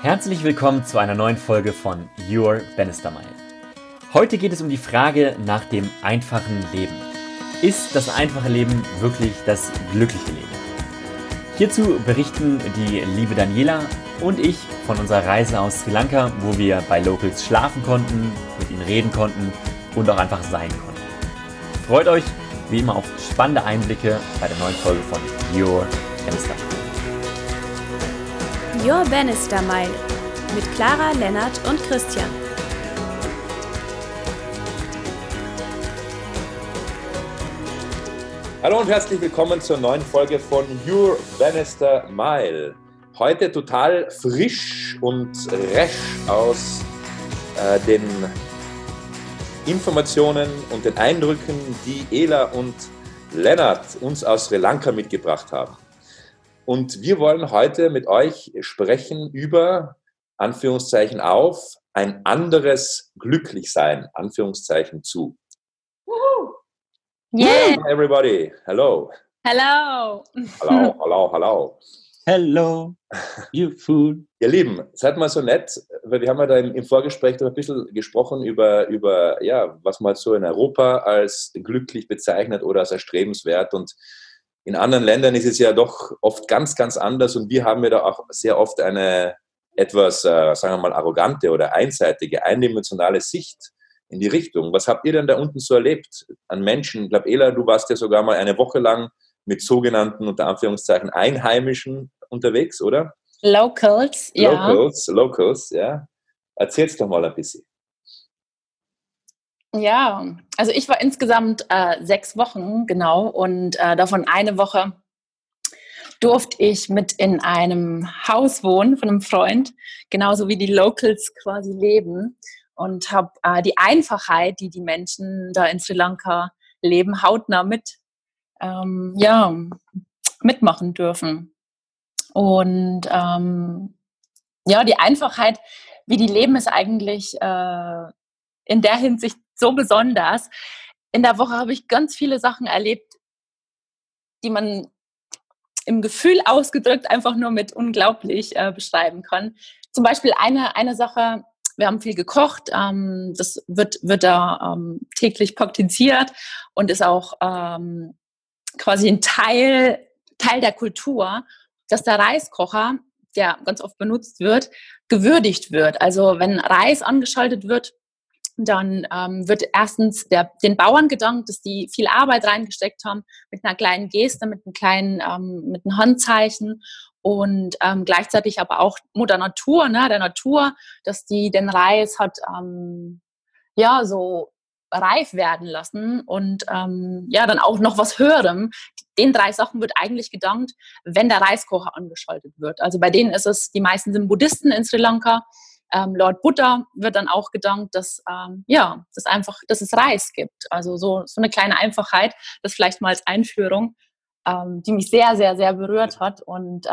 Herzlich willkommen zu einer neuen Folge von Your Bannister Mile. Heute geht es um die Frage nach dem einfachen Leben. Ist das einfache Leben wirklich das glückliche Leben? Hierzu berichten die liebe Daniela und ich von unserer Reise aus Sri Lanka, wo wir bei Locals schlafen konnten, mit ihnen reden konnten und auch einfach sein konnten. Freut euch wie immer auf spannende Einblicke bei der neuen Folge von Your Bannister Mile. Your Bannister Mile mit Clara, Lennart und Christian. Hallo und herzlich willkommen zur neuen Folge von Your Bannister Mile. Heute total frisch und resch aus den Informationen und den Eindrücken, die Ela und Lennart uns aus Sri Lanka mitgebracht haben. Und wir wollen heute mit euch sprechen über, Anführungszeichen auf, ein anderes Glücklichsein, Anführungszeichen zu. Yeah. Hi everybody, hello. Hello. Hello. Hello, you fool. Ihr Lieben, seid mal so nett, weil wir haben ja da im Vorgespräch ein bisschen gesprochen über ja, was man so in Europa als glücklich bezeichnet oder als erstrebenswert, und in anderen Ländern ist es ja doch oft ganz, ganz anders, und wir haben ja da auch sehr oft eine etwas, sagen wir mal, arrogante oder einseitige, eindimensionale Sicht in die Richtung. Was habt ihr denn da unten so erlebt an Menschen? Ich glaube, Ela, du warst ja sogar mal eine Woche lang mit sogenannten, unter Anführungszeichen, Einheimischen unterwegs, oder? Locals, ja. Locals, ja. Erzähl's doch mal ein bisschen. Ja, also ich war insgesamt 6 Wochen, genau, und davon eine Woche durfte ich mit in einem Haus wohnen von einem Freund, genauso wie die Locals quasi leben, und habe die Einfachheit, die die Menschen da in Sri Lanka leben, hautnah mitmachen dürfen. Und die Einfachheit, wie die leben, ist eigentlich in der Hinsicht so besonders. In der Woche habe ich ganz viele Sachen erlebt, die man im Gefühl ausgedrückt einfach nur mit unglaublich beschreiben kann. Zum Beispiel eine Sache: Wir haben viel gekocht, das wird da täglich praktiziert und ist auch quasi ein Teil der Kultur, dass der Reiskocher, der ganz oft benutzt wird, gewürdigt wird. Also wenn Reis angeschaltet wird, dann wird erstens den Bauern gedankt, dass die viel Arbeit reingesteckt haben, mit einer kleinen Geste, mit einem Handzeichen, und gleichzeitig aber auch Mutter Natur, der Natur, dass die den Reis hat so reif werden lassen, und dann auch noch was Höherem. Den 3 Sachen wird eigentlich gedankt, wenn der Reiskocher angeschaltet wird. Also bei denen ist es, die meisten sind Buddhisten in Sri Lanka. Lord Buddha wird dann auch gedankt, dass es Reis gibt. Also so eine kleine Einfachheit, das vielleicht mal als Einführung, die mich sehr, sehr, sehr berührt hat. Und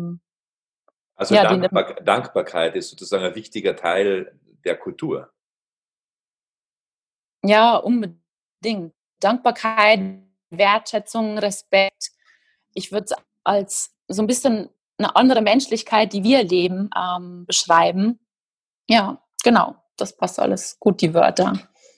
Dankbarkeit ist sozusagen ein wichtiger Teil der Kultur. Ja, unbedingt. Dankbarkeit, Wertschätzung, Respekt. Ich würde es als so ein bisschen eine andere Menschlichkeit, die wir leben, beschreiben. Ja, genau. Das passt alles gut, die Wörter.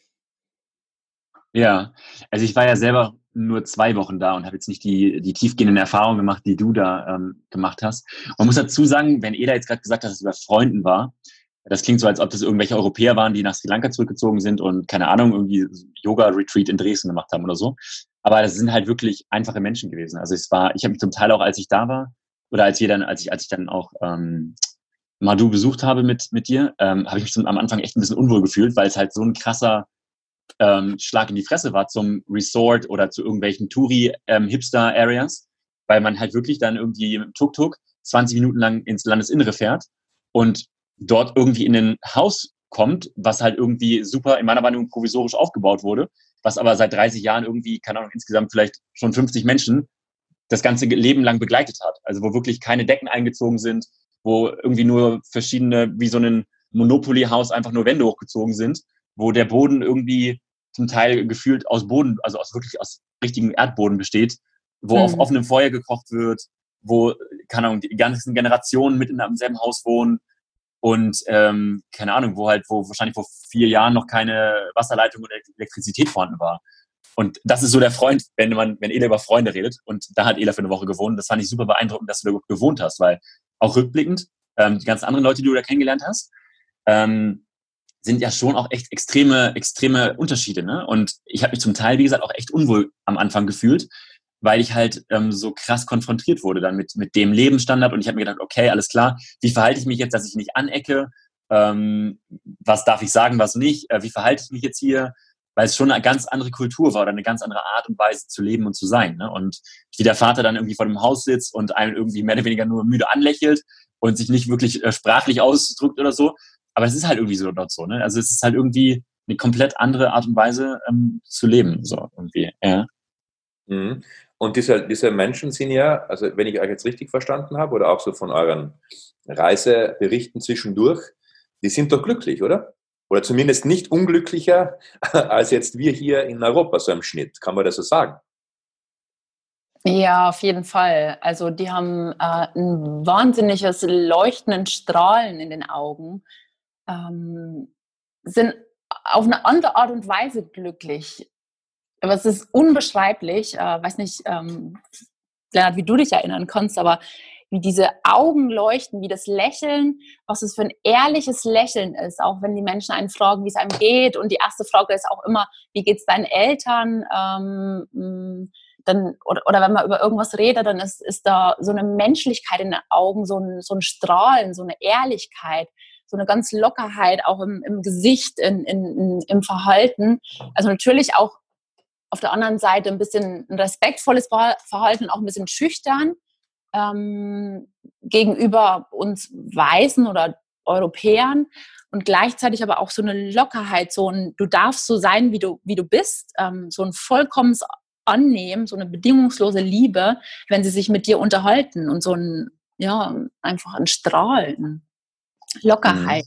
Ja, also ich war ja selber nur 2 Wochen da und habe jetzt nicht die tiefgehenden Erfahrungen gemacht, die du da gemacht hast. Man muss dazu sagen, wenn Ela jetzt gerade gesagt hat, dass es über Freunden war, das klingt so, als ob das irgendwelche Europäer waren, die nach Sri Lanka zurückgezogen sind und, keine Ahnung, irgendwie Yoga-Retreat in Dresden gemacht haben oder so. Aber das sind halt wirklich einfache Menschen gewesen. Also ich habe mich zum Teil auch, als ich da war, oder als ich dann auch Madhu besucht habe mit dir, habe ich mich am Anfang echt ein bisschen unwohl gefühlt, weil es halt so ein krasser Schlag in die Fresse war zum Resort oder zu irgendwelchen Touri-Hipster-Areas, weil man halt wirklich dann irgendwie mit dem Tuk-Tuk 20 Minuten lang ins Landesinnere fährt und dort irgendwie in ein Haus kommt, was halt irgendwie super, in meiner Meinung, provisorisch aufgebaut wurde, was aber seit 30 Jahren irgendwie, keine Ahnung, insgesamt vielleicht schon 50 Menschen das ganze Leben lang begleitet hat. Also wo wirklich keine Decken eingezogen sind, wo irgendwie nur verschiedene, wie so ein Monopoly-Haus, einfach nur Wände hochgezogen sind, wo der Boden irgendwie zum Teil gefühlt aus richtigem Erdboden besteht, wo auf offenem Feuer gekocht wird, wo, keine Ahnung, die ganzen Generationen mit in einem selben Haus wohnen, und keine Ahnung, wo wahrscheinlich vor 4 Jahren noch keine Wasserleitung oder Elektrizität vorhanden war. Und das ist so der Freund, wenn Ela über Freunde redet. Und da hat Ela für eine Woche gewohnt. Das fand ich super beeindruckend, dass du da gewohnt hast, weil auch rückblickend, die ganzen anderen Leute, die du da kennengelernt hast, sind ja schon auch echt extreme Unterschiede. Ne? Und ich habe mich zum Teil, wie gesagt, auch echt unwohl am Anfang gefühlt, weil ich halt so krass konfrontiert wurde dann mit dem Lebensstandard. Und ich habe mir gedacht, okay, alles klar, wie verhalte ich mich jetzt, dass ich nicht anecke? Was darf ich sagen, was nicht? Wie verhalte ich mich jetzt hier? Weil es schon eine ganz andere Kultur war oder eine ganz andere Art und Weise zu leben und zu sein. Ne? Und wie der Vater dann irgendwie vor dem Haus sitzt und einen irgendwie mehr oder weniger nur müde anlächelt und sich nicht wirklich sprachlich ausdrückt oder so. Aber es ist halt irgendwie so dort so. Ne? Also es ist halt irgendwie eine komplett andere Art und Weise zu leben. So irgendwie. Ja. Mhm. Und diese Menschen sind ja, also wenn ich euch jetzt richtig verstanden habe, oder auch so von euren Reiseberichten zwischendurch, die sind doch glücklich, oder? Oder zumindest nicht unglücklicher als jetzt wir hier in Europa, so im Schnitt. Kann man das so sagen? Ja, auf jeden Fall. Also die haben ein wahnsinniges leuchtenden Strahlen in den Augen, sind auf eine andere Art und Weise glücklich. Aber es ist unbeschreiblich. Weiß nicht, Lennart, wie du dich erinnern kannst, aber wie diese Augen leuchten, wie das Lächeln, was es für ein ehrliches Lächeln ist, auch wenn die Menschen einen fragen, wie es einem geht. Und die erste Frage ist auch immer, wie geht es deinen Eltern? Oder wenn man über irgendwas redet, dann ist da so eine Menschlichkeit in den Augen, so ein Strahlen, so eine Ehrlichkeit, so eine ganz Lockerheit auch im Gesicht, im Verhalten. Also natürlich auch auf der anderen Seite ein bisschen ein respektvolles Verhalten, auch ein bisschen schüchtern gegenüber uns Weißen oder Europäern und gleichzeitig aber auch so eine Lockerheit, du darfst so sein, wie du bist, so ein vollkommenes Annehmen, so eine bedingungslose Liebe, wenn sie sich mit dir unterhalten und einfach ein Strahlen, Lockerheit.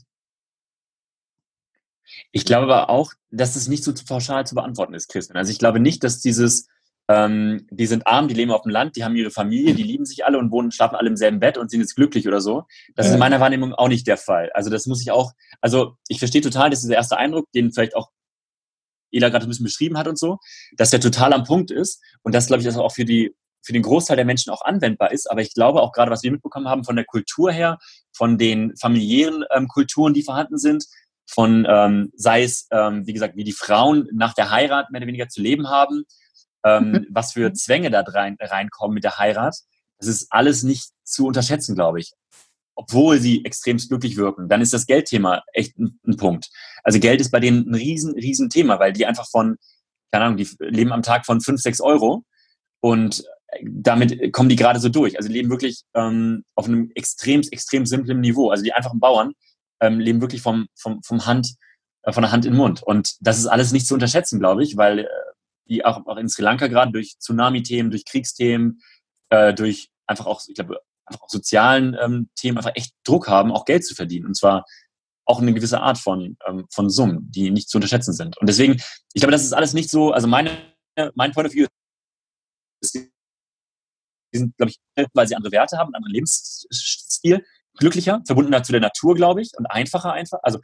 Ich glaube aber auch, dass es nicht so pauschal zu beantworten ist, Christian. Also ich glaube nicht, dass die sind arm, die leben auf dem Land, die haben ihre Familie, die lieben sich alle und schlafen alle im selben Bett und sind jetzt glücklich oder so. Das ist in meiner Wahrnehmung auch nicht der Fall. Also das muss ich auch, also ich verstehe total, dass dieser erste Eindruck, den vielleicht auch Ela gerade ein bisschen beschrieben hat und so, dass der total am Punkt ist und das, glaube ich, das auch für den Großteil der Menschen auch anwendbar ist. Aber ich glaube auch gerade, was wir mitbekommen haben von der Kultur her, von den familiären Kulturen, die vorhanden sind, von sei es, wie gesagt, wie die Frauen nach der Heirat mehr oder weniger zu leben haben, was für Zwänge da reinkommen mit der Heirat. Das ist alles nicht zu unterschätzen, glaube ich. Obwohl sie extremst glücklich wirken. Dann ist das Geldthema echt ein Punkt. Also Geld ist bei denen ein riesen Thema, weil die einfach keine Ahnung, die leben am Tag von 5, 6 Euro und damit kommen die gerade so durch. Also die leben wirklich auf einem extrem simplen Niveau. Also die einfachen Bauern leben wirklich von der Hand in den Mund. Und das ist alles nicht zu unterschätzen, glaube ich, weil die auch in Sri Lanka gerade durch Tsunami-Themen, durch Kriegsthemen, durch einfach auch, ich glaube, einfach auch sozialen Themen einfach echt Druck haben, auch Geld zu verdienen. Und zwar auch eine gewisse Art von Summen, die nicht zu unterschätzen sind. Und deswegen, ich glaube, das ist alles nicht so, also mein Point of View ist, die sind, glaube ich, weil sie andere Werte haben, einen anderen Lebensstil, glücklicher, verbundener zu der Natur, glaube ich, und einfacher,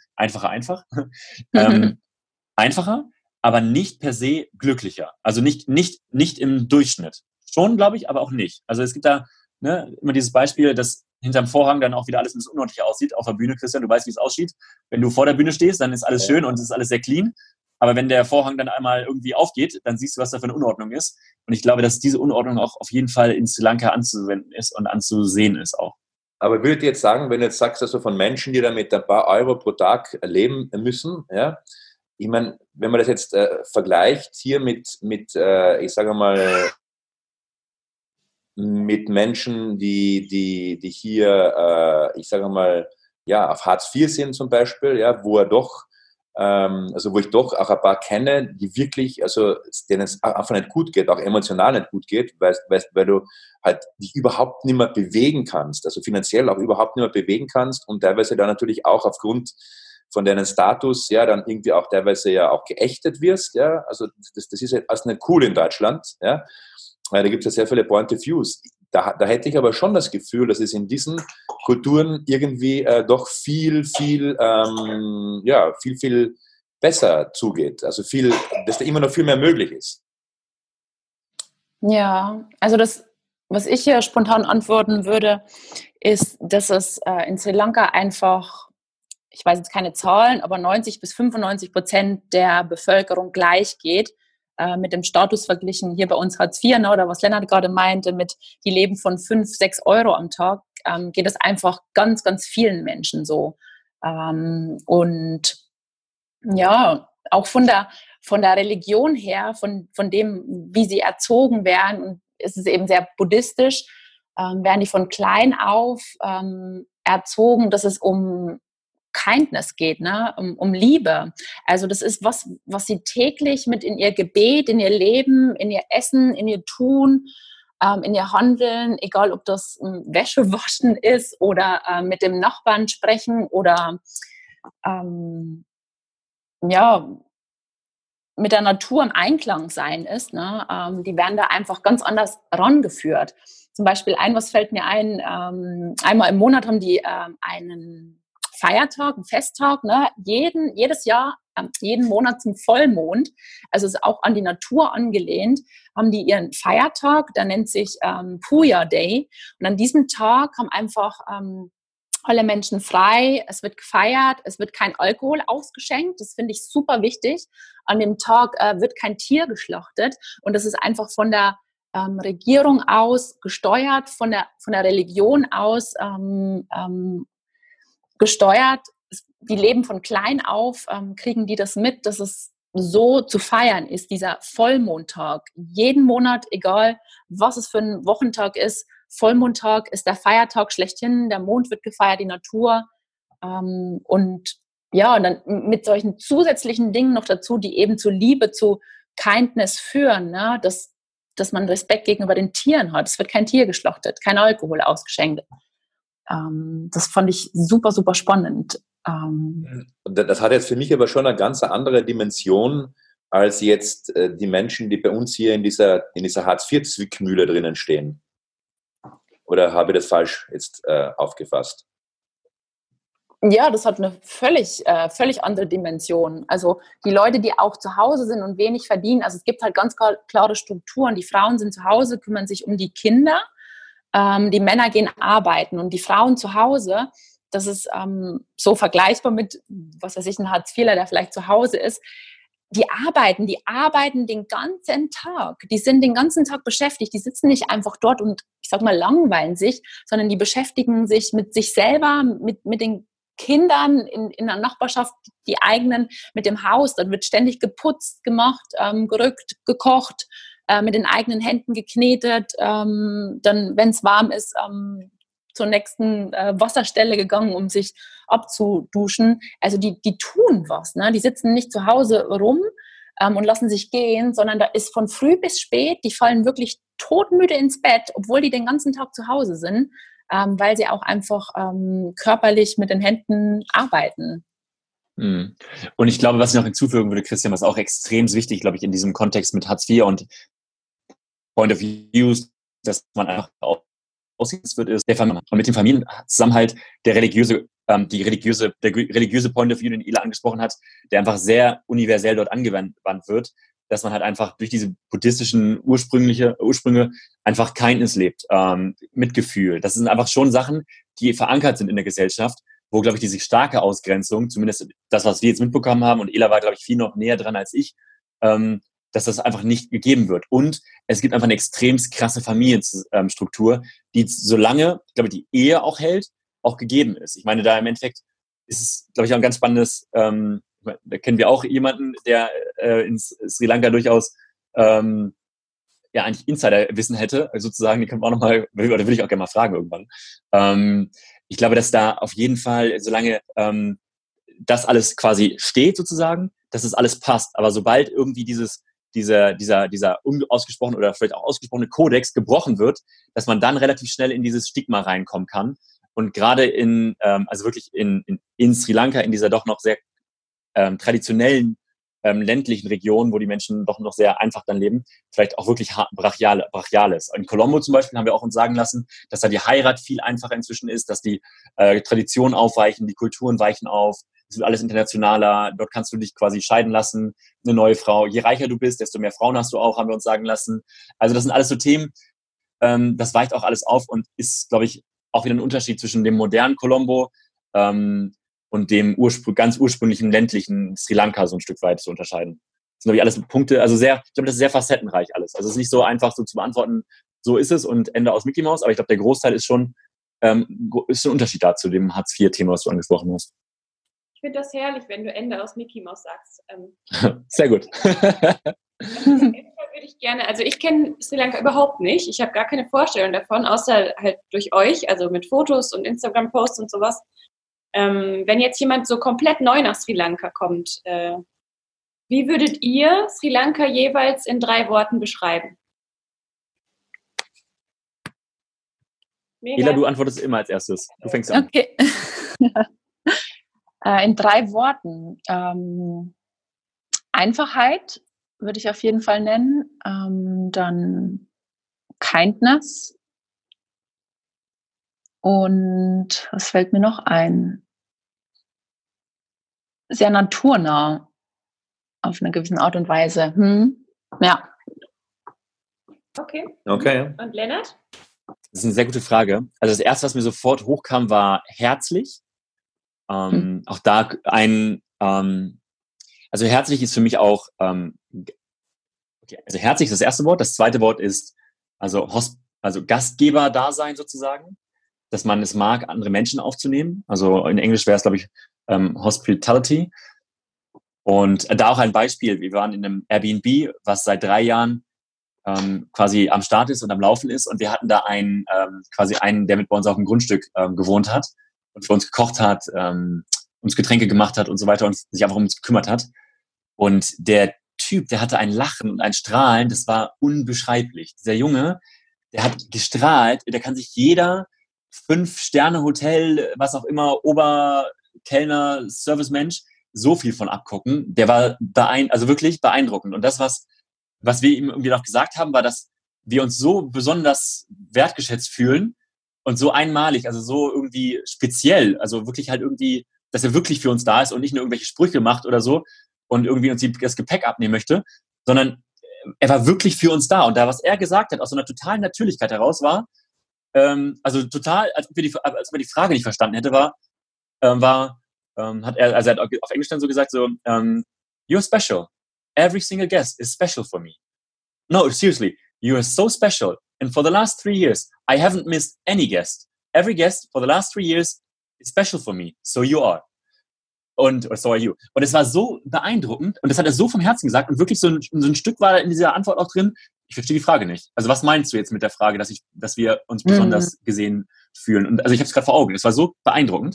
einfacher, aber nicht per se glücklicher. Also nicht im Durchschnitt. Schon, glaube ich, aber auch nicht. Also es gibt da immer dieses Beispiel, dass hinterm Vorhang dann auch wieder alles ein bisschen unordentlich aussieht. Auf der Bühne, Christian, du weißt, wie es aussieht. Wenn du vor der Bühne stehst, dann ist alles schön und es ist alles sehr clean. Aber wenn der Vorhang dann einmal irgendwie aufgeht, dann siehst du, was da für eine Unordnung ist. Und ich glaube, dass diese Unordnung auch auf jeden Fall in Sri Lanka anzuwenden ist und anzusehen ist auch. Aber würdet ihr jetzt sagen, wenn du jetzt sagst, also von Menschen, die da mit ein paar Euro pro Tag leben müssen, ja, ich meine, wenn man das jetzt vergleicht hier mit ich sage mal, mit Menschen, die hier, ich sage mal, ja, auf Hartz IV sind zum Beispiel, ja, wo ich doch auch ein paar kenne, die wirklich, also denen es einfach nicht gut geht, auch emotional nicht gut geht, weil du halt dich überhaupt nicht mehr bewegen kannst, also finanziell auch überhaupt nicht mehr bewegen kannst und teilweise dann natürlich auch aufgrund von deinem Status, ja, dann irgendwie auch teilweise ja auch geächtet wirst, ja, also das ist ja erst nicht cool in Deutschland, ja, weil da gibt es ja sehr viele Point of Views. da hätte ich aber schon das Gefühl, dass es in diesen Kulturen irgendwie doch viel besser zugeht. Also dass da immer noch viel mehr möglich ist. Ja, also das, was ich hier spontan antworten würde, ist, dass es in Sri Lanka einfach, ich weiß jetzt keine Zahlen, aber 90-95% der Bevölkerung gleich geht, mit dem Status verglichen, hier bei uns Hartz IV, ne, oder was Lennart gerade meinte, mit die leben von 5-6 Euro am Tag, geht es einfach ganz, ganz vielen Menschen so. Und ja, auch von der Religion her, von dem, wie sie erzogen werden, ist es eben sehr buddhistisch, werden die von klein auf erzogen, dass es um Kindness geht, ne? Um Liebe. Also das ist was sie täglich mit in ihr Gebet, in ihr Leben, in ihr Essen, in ihr Tun, in ihr Handeln, egal ob das Wäsche waschen ist oder mit dem Nachbarn sprechen oder ja, mit der Natur im Einklang sein ist, ne? Die werden da einfach ganz anders rangeführt. Zum Beispiel was fällt mir ein, einmal im Monat haben die einen Feiertag, einen Festtag, ne? Jedes Jahr, jeden Monat zum Vollmond, also ist auch an die Natur angelehnt, haben die ihren Feiertag, der nennt sich Puja Day. Und an diesem Tag haben einfach alle Menschen frei, es wird gefeiert, es wird kein Alkohol ausgeschenkt, das finde ich super wichtig. An dem Tag wird kein Tier geschlachtet und das ist einfach von der Regierung aus gesteuert, von der Religion aus gesteuert. Die leben von klein auf, kriegen die das mit, dass es so zu feiern ist, dieser Vollmondtag. Jeden Monat, egal was es für ein Wochentag ist, Vollmondtag ist der Feiertag schlechthin, der Mond wird gefeiert, die Natur. Und ja, und dann mit solchen zusätzlichen Dingen noch dazu, die eben zu Liebe, zu Kindness führen, ne? Dass man Respekt gegenüber den Tieren hat. Es wird kein Tier geschlachtet, kein Alkohol ausgeschenkt. Das fand ich super, super spannend. Das hat jetzt für mich aber schon eine ganz andere Dimension als jetzt die Menschen, die bei uns hier in dieser Hartz-IV-Zwickmühle drinnen stehen. Oder habe ich das falsch jetzt aufgefasst? Ja, das hat eine völlig andere Dimension. Also die Leute, die auch zu Hause sind und wenig verdienen, also es gibt halt ganz klare Strukturen. Die Frauen sind zu Hause, kümmern sich um die Kinder, die Männer gehen arbeiten und die Frauen zu Hause, das ist so vergleichbar mit, was weiß ich, ein Hartz-IVler, der vielleicht zu Hause ist, die arbeiten den ganzen Tag. Die sind den ganzen Tag beschäftigt. Die sitzen nicht einfach dort und, ich sag mal, langweilen sich, sondern die beschäftigen sich mit sich selber, mit den Kindern in der Nachbarschaft, die eigenen, mit dem Haus. Dann wird ständig geputzt, gemacht, gerückt, gekocht, mit den eigenen Händen geknetet. Dann, wenn es warm ist, zur nächsten Wasserstelle gegangen, um sich abzuduschen. Also die tun was, ne? Die sitzen nicht zu Hause rum und lassen sich gehen, sondern da ist von früh bis spät, die fallen wirklich todmüde ins Bett, obwohl die den ganzen Tag zu Hause sind, weil sie auch einfach körperlich mit den Händen arbeiten. Und ich glaube, was ich noch hinzufügen würde, Christian, was auch extrem wichtig, glaube ich, in diesem Kontext mit Hartz IV und Point of Views, dass man einfach auch ausgesetzt wird, ist und mit dem Familienzusammenhalt der religiöse Point of View, den Ela angesprochen hat, der einfach sehr universell dort angewandt wird, dass man halt einfach durch diese buddhistischen Ursprünge einfach Kindness lebt, Mitgefühl. Das sind einfach schon Sachen, die verankert sind in der Gesellschaft, wo, glaube ich, diese starke Ausgrenzung, zumindest das, was wir jetzt mitbekommen haben, und Ela war, glaube ich, viel noch näher dran als ich, dass das einfach nicht gegeben wird. Und es gibt einfach eine extrem krasse Familienstruktur, die solange, ich glaube, die Ehe auch hält, auch gegeben ist. Ich meine, da im Endeffekt ist es, glaube ich, auch ein ganz spannendes, da kennen wir auch jemanden, der in Sri Lanka durchaus eigentlich Insiderwissen hätte, sozusagen, die können wir auch nochmal, oder will ich auch gerne mal fragen irgendwann. Ich glaube, dass da auf jeden Fall, solange das alles quasi steht sozusagen, dass es alles passt. Aber sobald irgendwie dieser unausgesprochene oder vielleicht auch ausgesprochene Kodex gebrochen wird, dass man dann relativ schnell in dieses Stigma reinkommen kann. Und gerade also wirklich in Sri Lanka, in dieser doch noch sehr traditionellen ländlichen Regionen, wo die Menschen doch noch sehr einfach dann leben, vielleicht auch wirklich brachial ist. In Colombo zum Beispiel haben wir auch uns sagen lassen, dass da die Heirat viel einfacher inzwischen ist, dass die Traditionen aufweichen, die Kulturen weichen auf, es wird alles internationaler, dort kannst du dich quasi scheiden lassen, eine neue Frau. Je reicher du bist, desto mehr Frauen hast du auch, haben wir uns sagen lassen. Also das sind alles so Themen, das weicht auch alles auf und ist, glaube ich, auch wieder ein Unterschied zwischen dem modernen Colombo und dem ganz ursprünglichen ländlichen Sri Lanka so ein Stück weit zu unterscheiden. Das sind, glaube ich, alles Punkte, also ich glaube, das ist sehr facettenreich alles. Also es ist nicht so einfach so zu beantworten, so ist es und Ende aus Mickey Mouse, aber ich glaube, der Großteil ist schon ein Unterschied da zu dem Hartz-IV-Thema, was du angesprochen hast. Ich finde das herrlich, wenn du Ende aus Mickey Mouse sagst. Sehr gut. Würde ich gerne, also ich kenne Sri Lanka überhaupt nicht. Ich habe gar keine Vorstellung davon, außer halt durch euch, also mit Fotos und Instagram-Posts und sowas. Wenn jetzt jemand so komplett neu nach Sri Lanka kommt, wie würdet ihr Sri Lanka jeweils in 3 Worten beschreiben? Ela, du antwortest immer als erstes. Du fängst an. Okay. In 3 Worten. Einfachheit würde ich auf jeden Fall nennen. Dann Kindness. Und was fällt mir noch ein? Sehr naturnah auf eine gewisse Art und Weise. Ja. Okay. Und Lennart? Das ist eine sehr gute Frage. Also das Erste, was mir sofort hochkam, war herzlich. Auch da also herzlich ist für mich auch, okay, also herzlich ist das erste Wort. Das zweite Wort ist also Gastgeber-Dasein sozusagen, dass man es mag, andere Menschen aufzunehmen. Also in Englisch wäre es, glaube ich, Hospitality. Und da auch ein Beispiel. Wir waren in einem Airbnb, was seit 3 Jahren quasi am Start ist und am Laufen ist. Und wir hatten da einen, der mit bei uns auf dem Grundstück gewohnt hat und für uns gekocht hat, uns Getränke gemacht hat und so weiter und sich einfach um uns gekümmert hat. Und der Typ, der hatte ein Lachen und ein Strahlen, das war unbeschreiblich. Dieser Junge, der hat gestrahlt, der kann sich jeder 5-Sterne-Hotel, was auch immer, Oberkellner, Servicemensch, so viel von abgucken. Der war wirklich beeindruckend. Und das, was wir ihm irgendwie noch gesagt haben, war, dass wir uns so besonders wertgeschätzt fühlen und so einmalig, also so irgendwie speziell, also wirklich halt irgendwie, dass er wirklich für uns da ist und nicht nur irgendwelche Sprüche macht oder so und irgendwie uns das Gepäck abnehmen möchte, sondern er war wirklich für uns da. Und da, was er gesagt hat, aus so einer totalen Natürlichkeit heraus war, also total, als ob er die Frage nicht verstanden hätte, hat er hat auf Englisch dann so gesagt, so, you're special. Every single guest is special for me. No, seriously, you are so special. And for the last 3 years, I haven't missed any guest. Every guest for the last 3 years is special for me. So you are. Or so are you. Und es war so beeindruckend und das hat er so vom Herzen gesagt und wirklich so ein Stück war in dieser Antwort auch drin, ich verstehe die Frage nicht. Also was meinst du jetzt mit der Frage, dass wir uns besonders gesehen fühlen? Und also ich habe es gerade vor Augen. Es war so beeindruckend.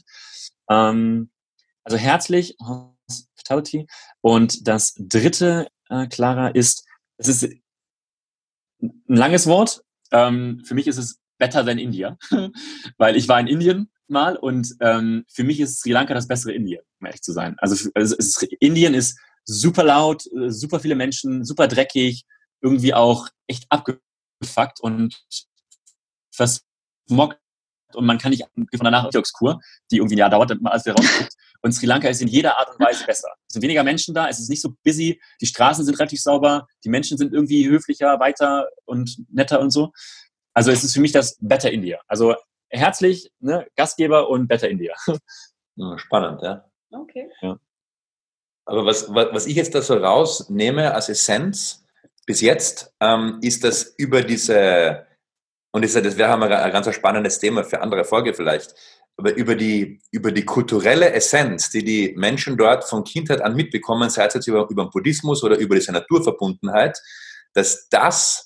Also herzlich, Hospitality. Und das dritte, Clara, ist, es ist ein langes Wort. Für mich ist es better than India, weil ich war in Indien mal und für mich ist Sri Lanka das bessere Indien, um ehrlich zu sein. Also Indien ist super laut, super viele Menschen, super dreckig, irgendwie auch echt abgefuckt und versmoggt und man kann nicht von danach Detox-Kur, die irgendwie ein Jahr dauert, damit man alles wieder rauskommt. Und Sri Lanka ist in jeder Art und Weise besser. Es sind weniger Menschen da, es ist nicht so busy, die Straßen sind relativ sauber, die Menschen sind irgendwie höflicher, weiter und netter und so. Also es ist für mich das Better India. Also herzlich, ne, Gastgeber und Better India. Spannend, ja. Okay. Ja. Aber was ich jetzt da so rausnehme als Essenz bis jetzt, ist, dass über diese, und das wäre ein ganz spannendes Thema für andere Folge vielleicht, aber über die kulturelle Essenz, die Menschen dort von Kindheit an mitbekommen, sei es jetzt über den Buddhismus oder über diese Naturverbundenheit, dass das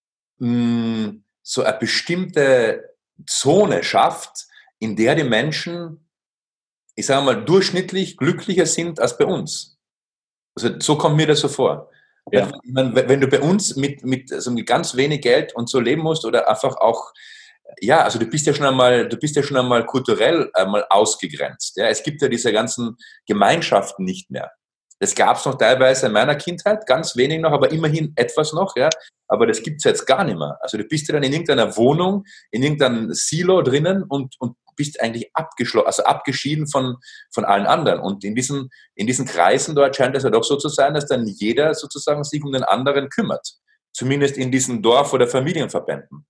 so eine bestimmte Zone schafft, in der die Menschen, ich sage mal, durchschnittlich glücklicher sind als bei uns. Also so kommt mir das so vor. Ja. Wenn du bei uns mit ganz wenig Geld und so leben musst oder einfach auch, ja, also du bist ja schon einmal kulturell einmal ausgegrenzt. Ja. Es gibt ja diese ganzen Gemeinschaften nicht mehr. Das gab es noch teilweise in meiner Kindheit, ganz wenig noch, aber immerhin etwas noch, ja. Aber das gibt es jetzt gar nicht mehr. Also du bist ja dann in irgendeiner Wohnung, in irgendeinem Silo drinnen und bist eigentlich abgeschieden von allen anderen. Und in diesen Kreisen dort scheint es ja doch so zu sein, dass dann jeder sozusagen sich um den anderen kümmert. Zumindest in diesen Dorf- oder Familienverbänden.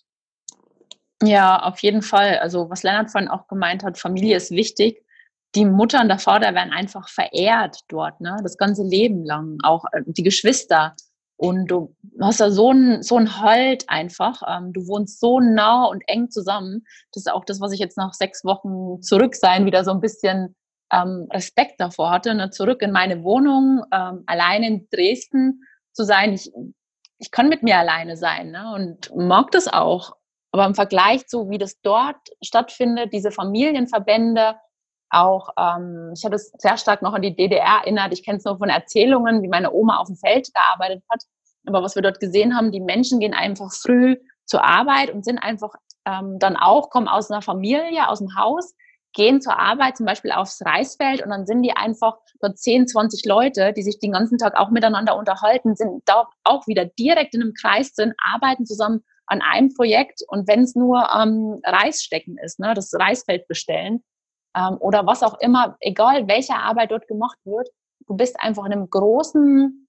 Ja, auf jeden Fall. Also was Lennart vorhin auch gemeint hat, Familie ist wichtig. Die Mutter und der Vater werden einfach verehrt dort, ne? Das ganze Leben lang. Auch die Geschwister. Und du hast da so ein Halt einfach. Du wohnst so nah und eng zusammen. Das ist auch das, was ich jetzt nach 6 Wochen zurück sein wieder so ein bisschen Respekt davor hatte. Ne? Zurück in meine Wohnung, alleine in Dresden zu sein. Ich kann mit mir alleine sein, ne? Und mag das auch. Aber im Vergleich zu, wie das dort stattfindet, diese Familienverbände, auch, ich habe es sehr stark noch an die DDR erinnert. Ich kenne es nur von Erzählungen, wie meine Oma auf dem Feld gearbeitet hat. Aber was wir dort gesehen haben, die Menschen gehen einfach früh zur Arbeit und sind einfach kommen aus einer Familie, aus dem Haus, gehen zur Arbeit, zum Beispiel aufs Reisfeld, und dann sind die einfach dort 10, 20 Leute, die sich den ganzen Tag auch miteinander unterhalten, sind da auch wieder direkt in einem Kreis drin, arbeiten zusammen an einem Projekt, und wenn es nur Reisstecken ist, ne, das Reisfeld bestellen, oder was auch immer, egal welche Arbeit dort gemacht wird, du bist einfach in einem großen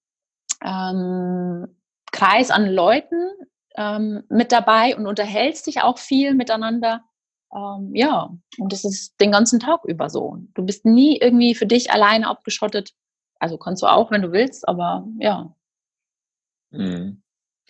Kreis an Leuten mit dabei und unterhältst dich auch viel miteinander. Ja, und das ist den ganzen Tag über so. Du bist nie irgendwie für dich alleine abgeschottet. Also kannst du auch, wenn du willst, aber ja. Mhm.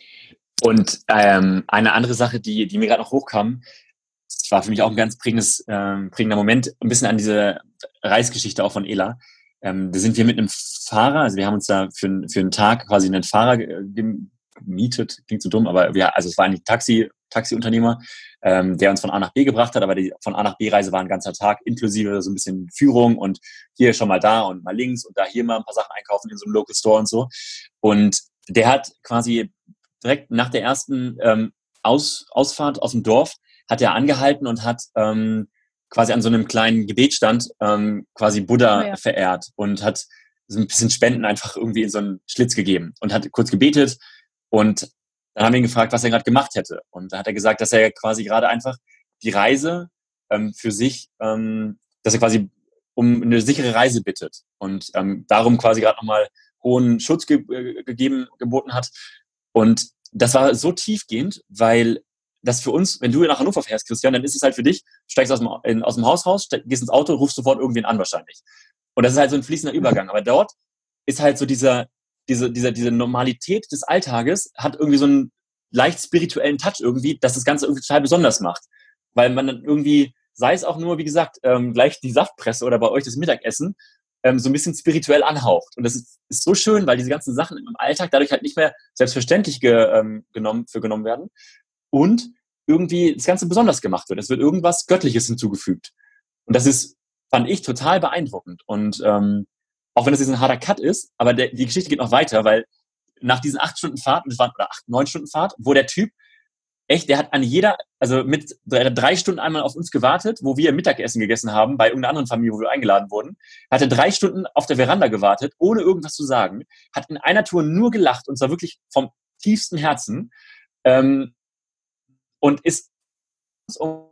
Und eine andere Sache, die mir gerade noch hochkam, das war für mich auch ein ganz prägender Moment, ein bisschen an diese Reisgeschichte auch von Ela. Da sind wir mit einem Fahrer, also wir haben uns da für einen Tag quasi einen Fahrer gemietet, klingt so dumm, aber es war ein Taxiunternehmer, der uns von A nach B gebracht hat, aber die von A nach B Reise war ein ganzer Tag, inklusive so ein bisschen Führung und hier schon mal da und mal links und da hier mal ein paar Sachen einkaufen in so einem Local Store und so. Und der hat quasi direkt nach der ersten Ausfahrt aus dem Dorf hat er angehalten und hat quasi an so einem kleinen Gebetsstand quasi Buddha verehrt und hat so ein bisschen Spenden einfach irgendwie in so einen Schlitz gegeben und hat kurz gebetet, und dann haben wir ihn gefragt, was er gerade gemacht hätte. Und da hat er gesagt, dass er quasi gerade einfach die Reise für sich, dass er quasi um eine sichere Reise bittet und darum quasi gerade nochmal hohen Schutz geboten hat. Und das war so tiefgehend, weil das für uns, wenn du nach Hannover fährst, Christian, dann ist es halt für dich, steigst aus dem Haus raus, gehst ins Auto, rufst sofort irgendwen an wahrscheinlich. Und das ist halt so ein fließender Übergang. Aber dort ist halt so diese Normalität des Alltages hat irgendwie so einen leicht spirituellen Touch irgendwie, dass das Ganze irgendwie total besonders macht. Weil man dann irgendwie, sei es auch nur, wie gesagt, gleich die Saftpresse oder bei euch das Mittagessen, so ein bisschen spirituell anhaucht. Und das ist so schön, weil diese ganzen Sachen im Alltag dadurch halt nicht mehr selbstverständlich genommen werden und irgendwie das Ganze besonders gemacht wird. Es wird irgendwas Göttliches hinzugefügt. Und das ist, fand ich, total beeindruckend. Und auch wenn das jetzt ein harter Cut ist, aber die Geschichte geht noch weiter, weil nach diesen 8 Stunden Fahrt, das waren 9 Stunden Fahrt, wo der Typ echt, der hat mit 3 Stunden einmal auf uns gewartet, wo wir Mittagessen gegessen haben, bei irgendeiner anderen Familie, wo wir eingeladen wurden, hat er 3 Stunden auf der Veranda gewartet, ohne irgendwas zu sagen, hat in einer Tour nur gelacht, und zwar wirklich vom tiefsten Herzen, und ist um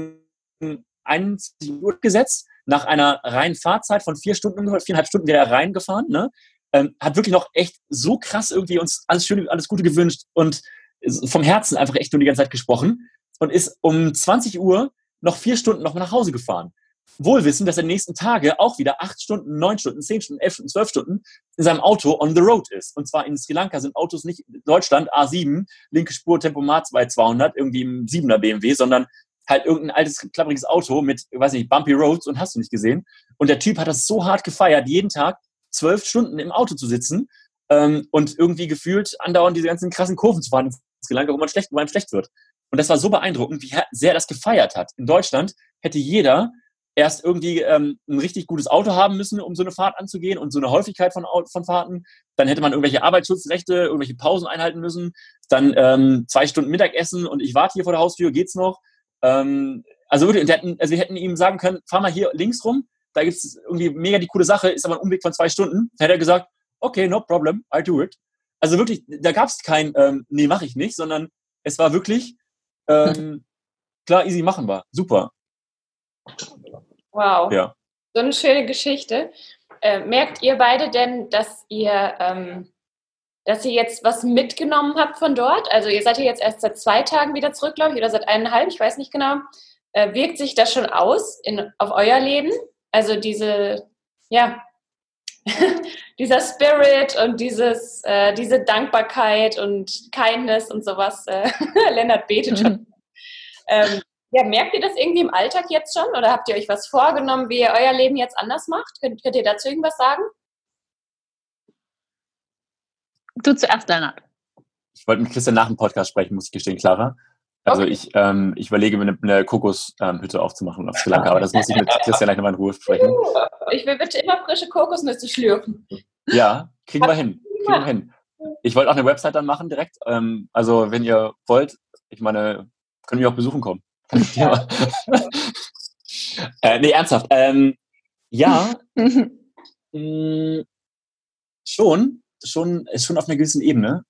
21 Uhr gesetzt, nach einer reinen Fahrzeit von 4 Stunden, 4,5 Stunden wäre er reingefahren, ne? Hat wirklich noch echt so krass irgendwie uns alles Schöne, alles Gute gewünscht und vom Herzen einfach echt nur die ganze Zeit gesprochen, und ist um 20 Uhr noch 4 Stunden noch mal nach Hause gefahren. Wohl wissend, dass er die nächsten Tage auch wieder 8 Stunden, 9 Stunden, 10 Stunden, 11 Stunden, 12 Stunden in seinem Auto on the road ist. Und zwar in Sri Lanka sind Autos nicht Deutschland A7, linke Spur, Tempomat 200, irgendwie im 7er BMW, sondern halt irgendein altes, klapperiges Auto mit, weiß nicht, bumpy roads, und hast du nicht gesehen. Und der Typ hat das so hart gefeiert, jeden Tag 12 Stunden im Auto zu sitzen und irgendwie gefühlt andauernd diese ganzen krassen Kurven zu fahren in Sri Lanka, wo einem schlecht wird. Und das war so beeindruckend, wie sehr er das gefeiert hat. In Deutschland hätte jeder erst irgendwie ein richtig gutes Auto haben müssen, um so eine Fahrt anzugehen, und so eine Häufigkeit von Fahrten. Dann hätte man irgendwelche Arbeitsschutzrechte, irgendwelche Pausen einhalten müssen. Dann 2 Stunden Mittagessen und ich warte hier vor der Haustür, geht's noch? Also wir hätten ihm sagen können, fahr mal hier links rum, da gibt es irgendwie mega die coole Sache, ist aber ein Umweg von 2 Stunden. Da hätte er gesagt, okay, no problem, I'll do it. Also wirklich, da gab es kein, nee, mache ich nicht, sondern es war wirklich, klar, easy, machen wir, super. Wow, Ja. so eine schöne Geschichte. Merkt ihr beide denn, dass ihr jetzt was mitgenommen habt von dort? Also ihr seid ja jetzt erst seit 2 Tagen wieder zurück, glaube ich, oder seit 1,5, ich weiß nicht genau. Wirkt sich das schon aus auf euer Leben? Also dieser Spirit und diese Dankbarkeit und Kindness und sowas. Lennart betet schon. Merkt ihr das irgendwie im Alltag jetzt schon? Oder habt ihr euch was vorgenommen, wie ihr euer Leben jetzt anders macht? Könnt ihr dazu irgendwas sagen? Du zuerst, Lennart. Ich wollte mit Christian nach dem Podcast sprechen, muss ich gestehen, Clara. Also Okay. ich überlege, mir eine Kokoshütte aufzumachen auf Sri Lanka, aber das muss ich mit Christian gleich nochmal in Ruhe sprechen. Ich will bitte immer frische Kokosnüsse schlürfen. Ja, kriegen wir hin. Ich wollte auch eine Website dann machen direkt. Also wenn ihr wollt, ich meine, können wir auch besuchen kommen. Ja. Nee, ernsthaft. Ja, schon auf einer gewissen Ebene.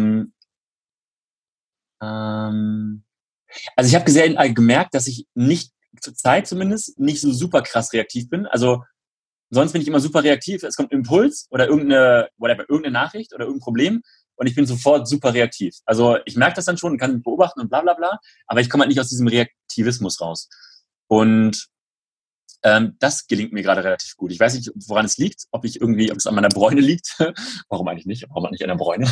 Also ich habe gemerkt, dass ich nicht, zur Zeit zumindest, nicht so super krass reaktiv bin. Also sonst bin ich immer super reaktiv. Es kommt ein Impuls oder irgendeine Nachricht oder irgendein Problem und ich bin sofort super reaktiv. Also ich merke das dann schon und kann beobachten und bla bla bla, aber ich komme halt nicht aus diesem Reaktivismus raus. Und das gelingt mir gerade relativ gut. Ich weiß nicht, woran es liegt, ob es an meiner Bräune liegt. Warum eigentlich nicht? Warum nicht an der Bräune?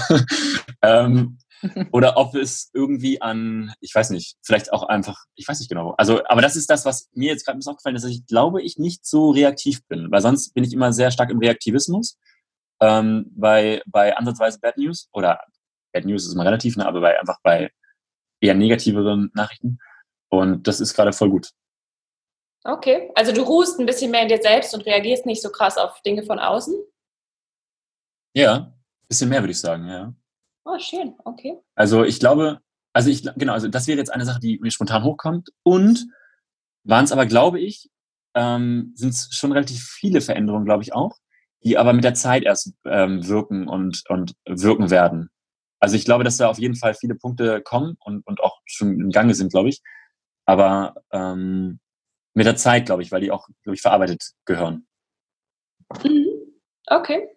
Oder ob es irgendwie ich weiß nicht, vielleicht auch einfach, ich weiß nicht genau. Also, aber das ist das, was mir jetzt gerade ein bisschen aufgefallen ist, dass ich glaube, ich nicht so reaktiv bin, weil sonst bin ich immer sehr stark im Reaktivismus. Bei ansatzweise Bad News, oder Bad News ist immer relativ, ne, aber bei eher negativeren Nachrichten. Und das ist gerade voll gut. Okay, also du ruhst ein bisschen mehr in dir selbst und reagierst nicht so krass auf Dinge von außen? Ja, ein bisschen mehr würde ich sagen, ja. Oh, schön, okay. Also ich glaube, also das wäre jetzt eine Sache, die mir spontan hochkommt. Und waren es aber, glaube ich, sind es schon relativ viele Veränderungen, glaube ich auch, die aber mit der Zeit erst wirken und wirken werden. Also ich glaube, dass da auf jeden Fall viele Punkte kommen und auch schon im Gange sind, glaube ich. Aber mit der Zeit, glaube ich, weil die auch, glaube ich, verarbeitet gehören. Okay.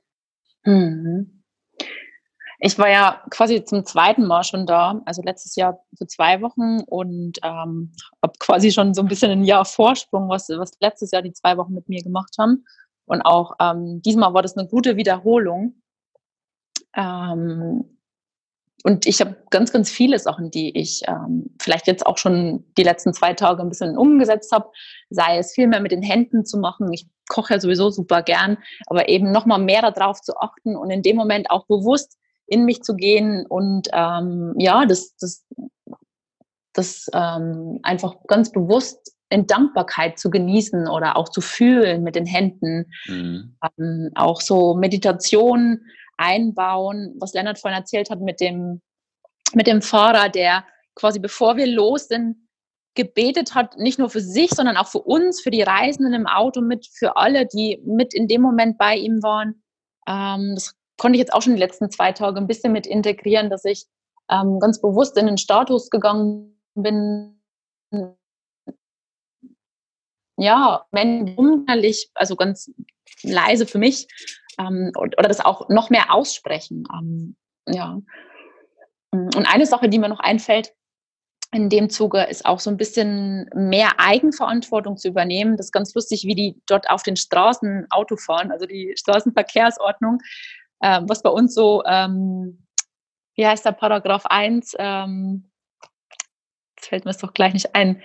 Ich war ja quasi zum 2. Mal schon da, also letztes Jahr für 2 Wochen und habe quasi schon so ein bisschen ein Jahr Vorsprung, was letztes Jahr die 2 Wochen mit mir gemacht haben. Und auch diesmal war das eine gute Wiederholung. Und ich habe ganz, ganz viele Sachen, die ich vielleicht jetzt auch schon die letzten 2 Tage ein bisschen umgesetzt habe, sei es viel mehr mit den Händen zu machen. Ich koche ja sowieso super gern, aber eben nochmal mehr darauf zu achten und in dem Moment auch bewusst in mich zu gehen und das einfach ganz bewusst in Dankbarkeit zu genießen oder auch zu fühlen mit den Händen. Auch so Meditation einbauen, was Lennart vorhin erzählt hat mit dem Fahrer, der quasi bevor wir los sind, gebetet hat, nicht nur für sich, sondern auch für uns, für die Reisenden im Auto, für alle, die mit in dem Moment bei ihm waren. Das konnte ich jetzt auch schon die letzten 2 Tage ein bisschen mit integrieren, dass ich ganz bewusst in den Status gegangen bin, ja, wunderlich, also ganz leise für mich, oder das auch noch mehr aussprechen. Ja. Und eine Sache, die mir noch einfällt, in dem Zuge ist auch so ein bisschen mehr Eigenverantwortung zu übernehmen. Das ist ganz lustig, wie die dort auf den Straßen Auto fahren, also die Straßenverkehrsordnung, was bei uns so, wie heißt der Paragraph 1? Jetzt fällt mir es doch gleich nicht ein.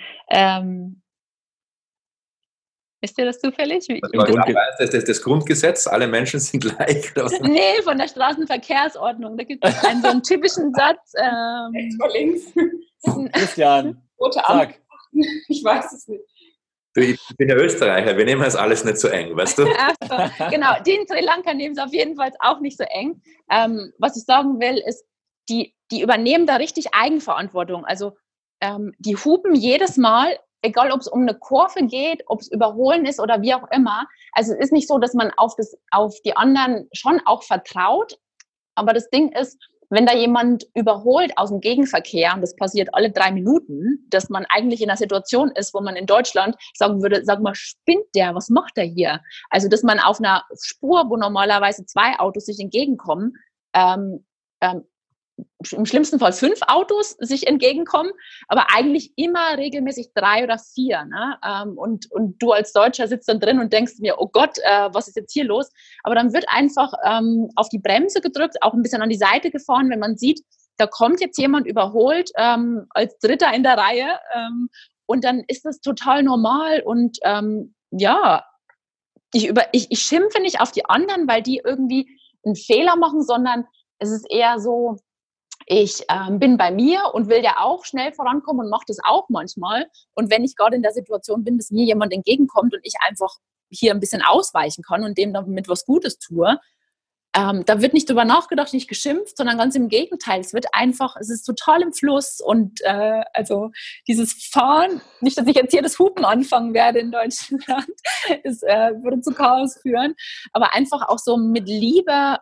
Wisst ihr das zufällig? Das Grundgesetz, alle Menschen sind gleich? Nee, von der Straßenverkehrsordnung. Da gibt es so einen typischen Satz. Rechts vor links. Christian, Rote Ampel. Ich weiß es nicht. Du, ich bin ja Österreicher, wir nehmen das alles nicht so eng, weißt du? Also, genau, die in Sri Lanka nehmen es auf jeden Fall auch nicht so eng. Was ich sagen will, ist, die übernehmen da richtig Eigenverantwortung. Also die hupen jedes Mal egal ob es um eine Kurve geht, ob es Überholen ist oder wie auch immer. Also es ist nicht so, dass man auf die anderen schon auch vertraut. Aber das Ding ist, wenn da jemand überholt aus dem Gegenverkehr, und das passiert alle 3 Minuten, dass man eigentlich in einer Situation ist, wo man in Deutschland sagen würde, sag mal, spinnt der, was macht der hier? Also, dass man auf einer Spur, wo normalerweise 2 Autos sich entgegenkommen, im schlimmsten Fall 5 Autos sich entgegenkommen, aber eigentlich immer regelmäßig 3 oder 4. Ne? Und du als Deutscher sitzt dann drin und denkst mir, oh Gott, was ist jetzt hier los? Aber dann wird einfach auf die Bremse gedrückt, auch ein bisschen an die Seite gefahren, wenn man sieht, da kommt jetzt jemand überholt als Dritter in der Reihe und dann ist das total normal und ich schimpfe nicht auf die anderen, weil die irgendwie einen Fehler machen, sondern es ist eher so, ich bin bei mir und will ja auch schnell vorankommen und mache das auch manchmal. Und wenn ich gerade in der Situation bin, dass mir jemand entgegenkommt und ich einfach hier ein bisschen ausweichen kann und dem damit was Gutes tue, da wird nicht drüber nachgedacht, nicht geschimpft, sondern ganz im Gegenteil. Es ist total im Fluss und also dieses Fahren, nicht, dass ich jetzt hier das Hupen anfangen werde in Deutschland, es würde zu Chaos führen, aber einfach auch so mit Liebe,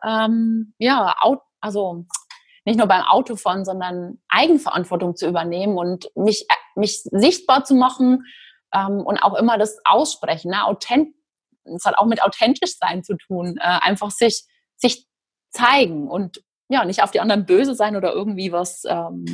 also nicht nur beim Autofahren, sondern Eigenverantwortung zu übernehmen und mich sichtbar zu machen und auch immer das Aussprechen. Ne? Es hat auch mit authentisch sein zu tun, einfach sich zeigen und ja, nicht auf die anderen böse sein oder irgendwie was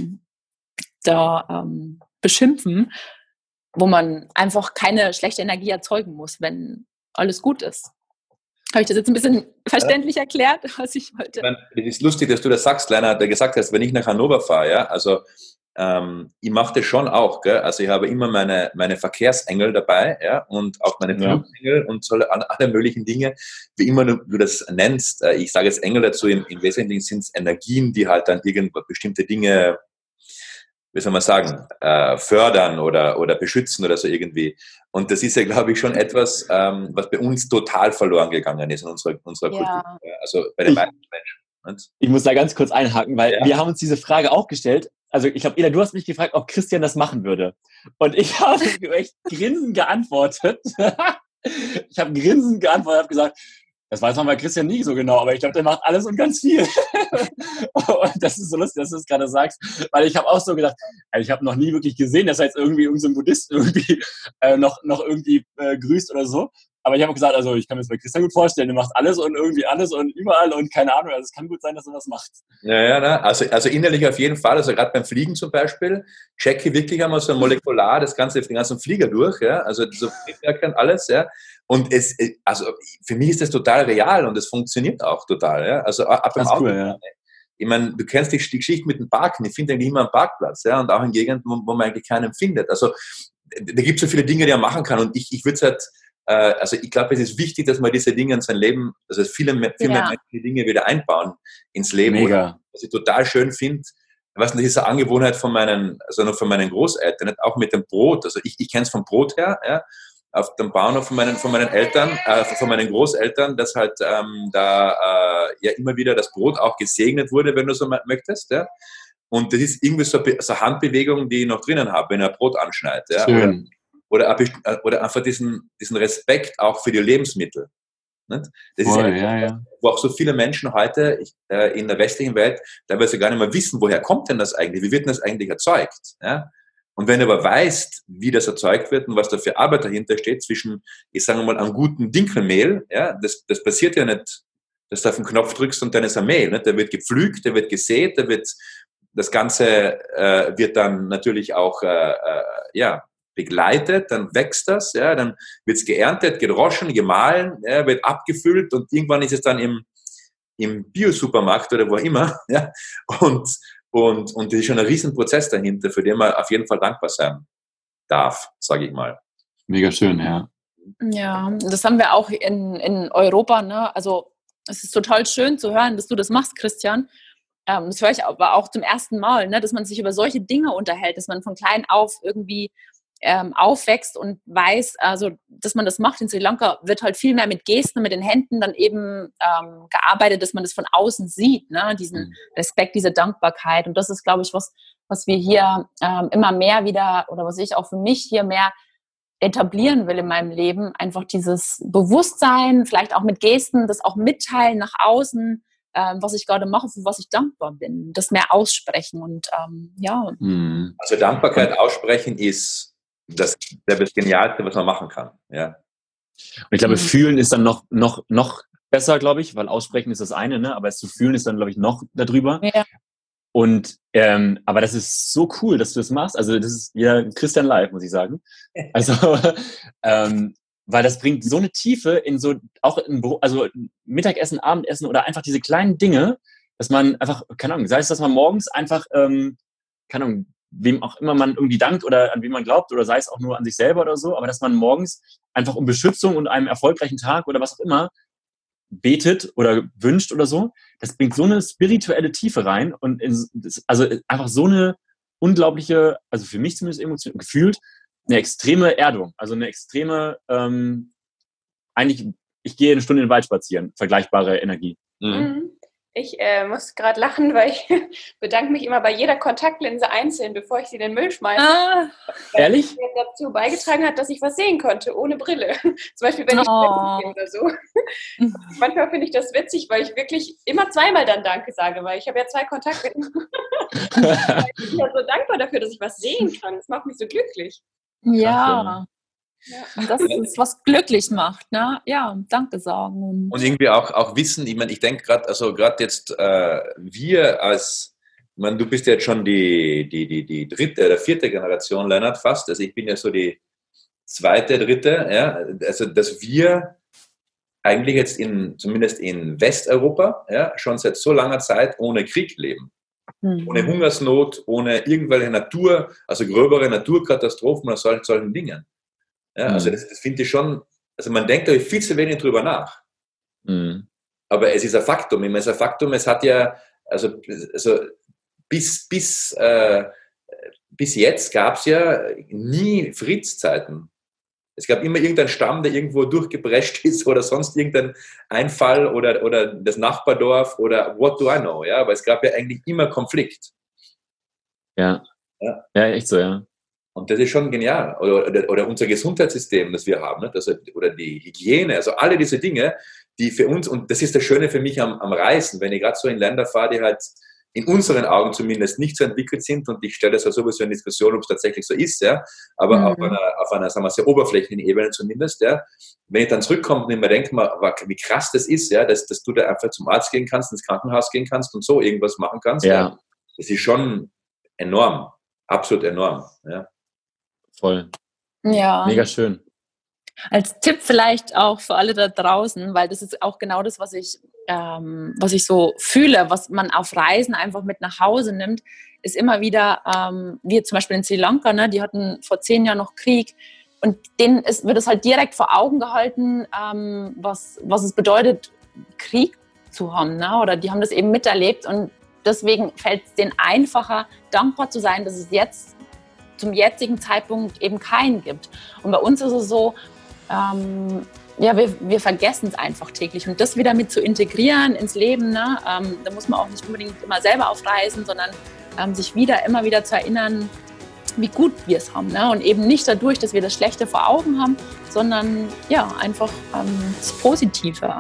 beschimpfen, wo man einfach keine schlechte Energie erzeugen muss, wenn alles gut ist. Habe ich das jetzt ein bisschen verständlich erklärt, was ich wollte? Es ist lustig, dass du das sagst, Lena, der gesagt hast, wenn ich nach Hannover fahre, ja, also ich mache das schon auch, gell? Also ich habe immer meine Verkehrsengel dabei, ja, und auch meine Glücksengel und so alle möglichen Dinge, wie immer du das nennst. Ich sage jetzt Engel dazu, im Wesentlichen sind es Energien, die halt dann irgendwo bestimmte Dinge, wie soll man sagen, fördern oder beschützen oder so irgendwie. Und das ist ja, glaube ich, schon etwas, was bei uns total verloren gegangen ist in unserer Kultur. Also bei den meisten Menschen. Und ich muss da ganz kurz einhaken, weil wir haben uns diese Frage auch gestellt. Also ich glaube, Ela, du hast mich gefragt, ob Christian das machen würde. Und ich habe echt grinsend geantwortet. Ich habe grinsend geantwortet, habe gesagt, das weiß man bei Christian nie so genau, aber ich glaube, der macht alles und ganz viel. Und das ist so lustig, dass du es gerade sagst, weil ich habe auch so gedacht, ich habe noch nie wirklich gesehen, dass er jetzt irgendwie irgendein Buddhist irgendwie noch irgendwie grüßt oder so. Aber ich habe auch gesagt, also ich kann mir das bei Christian gut vorstellen, der macht alles und irgendwie alles und überall und keine Ahnung, also es kann gut sein, dass er das macht. Ja, also innerlich auf jeden Fall, also gerade beim Fliegen zum Beispiel, checke wirklich einmal so molekular den ganzen Flieger durch, ja, also so Triebwerke und alles, ja. Und also für mich ist das total real und es funktioniert auch total, ja. Also ab dem Auto. Cool, ja. Ich meine, du kennst die Geschichte mit dem Parken. Ich finde eigentlich immer einen Parkplatz, ja, und auch in Gegenden, wo man eigentlich keinen findet. Also da gibt es so viele Dinge, die man machen kann. Und ich würde es halt, also ich glaube, es ist wichtig, dass man diese Dinge in sein Leben, also viel mehr Menschen die Dinge wieder einbauen ins Leben. Mega. Was ich total schön finde, was das ist eine Angewohnheit von meinen Großeltern, auch mit dem Brot. Also ich kenne es vom Brot her, ja. Auf dem Bauernhof von meinen Eltern, von meinen Großeltern, dass halt ja immer wieder das Brot auch gesegnet wurde, wenn du so möchtest. Ja? Und das ist irgendwie so eine Handbewegung, die ich noch drinnen habe, wenn er Brot anschneidet. Ja? Schön. Oder einfach diesen Respekt auch für die Lebensmittel. Nicht? Das ist etwas, wo auch so viele Menschen heute in der westlichen Welt teilweise gar nicht mehr wissen, woher kommt denn das eigentlich, wie wird denn das eigentlich erzeugt. Ja? Und wenn du aber weißt, wie das erzeugt wird und was da für Arbeit dahinter steht, zwischen, ich sage mal, einem guten Dinkelmehl, ja, das passiert ja nicht, dass du auf den Knopf drückst und dann ist ein Mehl. Nicht? Der wird gepflügt, der wird gesät, das Ganze wird dann natürlich auch begleitet, dann wächst das, ja, dann wird es geerntet, gedroschen, gemahlen, ja, wird abgefüllt und irgendwann ist es dann im Bio-Supermarkt oder wo immer, ja, und das ist schon ein Riesenprozess dahinter, für den man auf jeden Fall dankbar sein darf, sage ich mal. Mega schön, ja. Ja, das haben wir auch in Europa, ne? Also es ist total schön zu hören, dass du das machst, Christian. Das höre ich aber auch zum ersten Mal, ne? Dass man sich über solche Dinge unterhält, dass man von klein auf irgendwie aufwächst und weiß, also dass man das macht in Sri Lanka, wird halt viel mehr mit Gesten, mit den Händen dann eben gearbeitet, dass man das von außen sieht, ne? Diesen Respekt, diese Dankbarkeit. Und das ist, glaube ich, was wir hier immer mehr wieder, oder was ich auch für mich hier mehr etablieren will in meinem Leben, einfach dieses Bewusstsein, vielleicht auch mit Gesten, das auch mitteilen nach außen, was ich gerade mache, für was ich dankbar bin, das mehr aussprechen und ja. Also Dankbarkeit aussprechen ist das Genialste, was man machen kann. Ja. Und ich glaube, fühlen ist dann noch besser, glaube ich, weil aussprechen ist das eine, ne? Aber es zu fühlen ist dann, glaube ich, noch darüber. Ja. Und aber das ist so cool, dass du das machst. Also das ist ja Christian Live, muss ich sagen. Also weil das bringt so eine Tiefe in so, auch in, also Mittagessen, Abendessen oder einfach diese kleinen Dinge, dass man einfach, keine Ahnung, sei es, dass man morgens einfach, keine Ahnung, wem auch immer man irgendwie dankt oder an wen man glaubt oder sei es auch nur an sich selber oder so, aber dass man morgens einfach um Beschützung und einem erfolgreichen Tag oder was auch immer betet oder wünscht oder so, das bringt so eine spirituelle Tiefe rein und also einfach so eine unglaubliche, also für mich zumindest emotional gefühlt, eine extreme Erdung, also eine extreme, eigentlich, ich gehe eine Stunde in den Wald spazieren, vergleichbare Energie. Ich muss gerade lachen, weil ich bedanke mich immer bei jeder Kontaktlinse einzeln, bevor ich sie in den Müll schmeiße. Ehrlich? Weil mir dazu beigetragen hat, dass ich was sehen konnte, ohne Brille. Zum Beispiel, wenn ich spazieren gehe oder so. Manchmal finde ich das witzig, weil ich wirklich immer zweimal dann Danke sage, weil ich habe ja 2 Kontaktlinsen. Ich bin ja so dankbar dafür, dass ich was sehen kann. Das macht mich so glücklich. Ja. Und das ist, was glücklich macht, ne? Ja, Danke sagen. Und irgendwie auch wissen, ich meine, ich denke gerade, also gerade jetzt wir als, ich meine, du bist ja jetzt schon die 3. oder 4. Generation, Lennart, fast, also ich bin ja so die 2., 3., ja, also dass wir eigentlich jetzt zumindest in Westeuropa, ja, schon seit so langer Zeit ohne Krieg leben. Ohne Hungersnot, ohne irgendwelche also gröbere Naturkatastrophen oder solchen Dingen. Ja, also das finde ich schon, also man denkt da viel zu wenig drüber nach. Aber es ist ein Faktum. Ich meine, es ist ein Faktum, es hat ja, also bis jetzt gab es ja nie Friedenszeiten. Es gab immer irgendeinen Stamm, der irgendwo durchgeprescht ist oder sonst irgendein Einfall oder das Nachbardorf oder what do I know, ja, aber es gab ja eigentlich immer Konflikt. Ja, echt so, ja. Und das ist schon genial. Oder unser Gesundheitssystem, das wir haben, also, oder die Hygiene, also alle diese Dinge, die für uns, und das ist das Schöne für mich am Reisen, wenn ich gerade so in Länder fahre, die halt in unseren Augen zumindest nicht so entwickelt sind, und ich stelle das ja sowieso in Diskussion, ob es tatsächlich so ist, ja, aber auf einer sagen wir, sehr oberflächlichen Ebene zumindest, ja, wenn ich dann zurückkomme und mir denke, wie krass das ist, ja, dass du da einfach zum Arzt gehen kannst, ins Krankenhaus gehen kannst und so irgendwas machen kannst, ja. Das ist schon enorm, absolut enorm, ja. Voll. Ja. Mega schön. Als Tipp vielleicht auch für alle da draußen, weil das ist auch genau das, was ich so fühle, was man auf Reisen einfach mit nach Hause nimmt, ist immer wieder, wie zum Beispiel in Sri Lanka, ne, die hatten vor 10 Jahren noch Krieg, und denen wird es halt direkt vor Augen gehalten, was es bedeutet, Krieg zu haben, ne? Oder die haben das eben miterlebt, und deswegen fällt es denen einfacher, dankbar zu sein, dass es jetzt zum jetzigen Zeitpunkt eben keinen gibt. Und bei uns ist es so, wir vergessen es einfach täglich. Und das wieder mit zu integrieren ins Leben, ne? Da muss man auch nicht unbedingt immer selber auf Reisen, sondern sich immer wieder zu erinnern, wie gut wir es haben. Ne? Und eben nicht dadurch, dass wir das Schlechte vor Augen haben, sondern ja, einfach das Positive.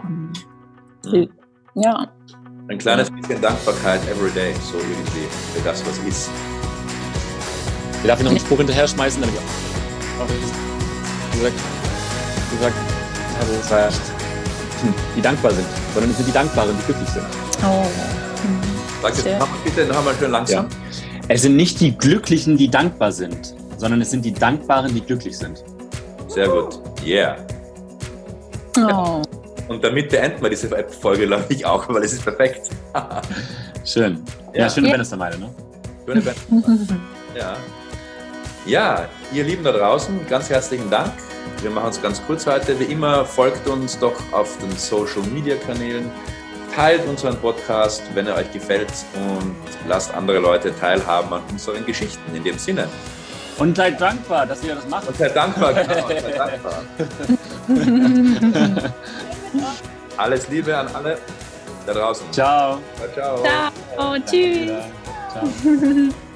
Ja. Ein kleines bisschen Dankbarkeit every day, so irgendwie, für das, was ist. Darf ich noch einen Spruch hinterher schmeißen? Damit ich gesagt, also es war die dankbar sind, sondern es sind die Dankbaren, die glücklich sind. Oh. Sag das bitte noch einmal schön langsam. Ja. Es sind nicht die Glücklichen, die dankbar sind, sondern es sind die Dankbaren, die glücklich sind. Sehr gut. Yeah. Oh. Und damit beenden wir diese Folge, glaube ich, auch, weil es ist perfekt. Schön. Ja, schöne Bannister-Meile, ne? Schöne Bannister. Ja. Ja, ihr Lieben da draußen, ganz herzlichen Dank. Wir machen es ganz kurz heute. Wie immer, folgt uns doch auf den Social-Media-Kanälen, teilt unseren Podcast, wenn er euch gefällt, und lasst andere Leute teilhaben an unseren Geschichten. In dem Sinne, Und seid dankbar, dass ihr das macht. Und seid dankbar, genau. Seid dankbar. Alles Liebe an alle da draußen. Ciao. Ciao. Ciao. Tschüss. Ciao.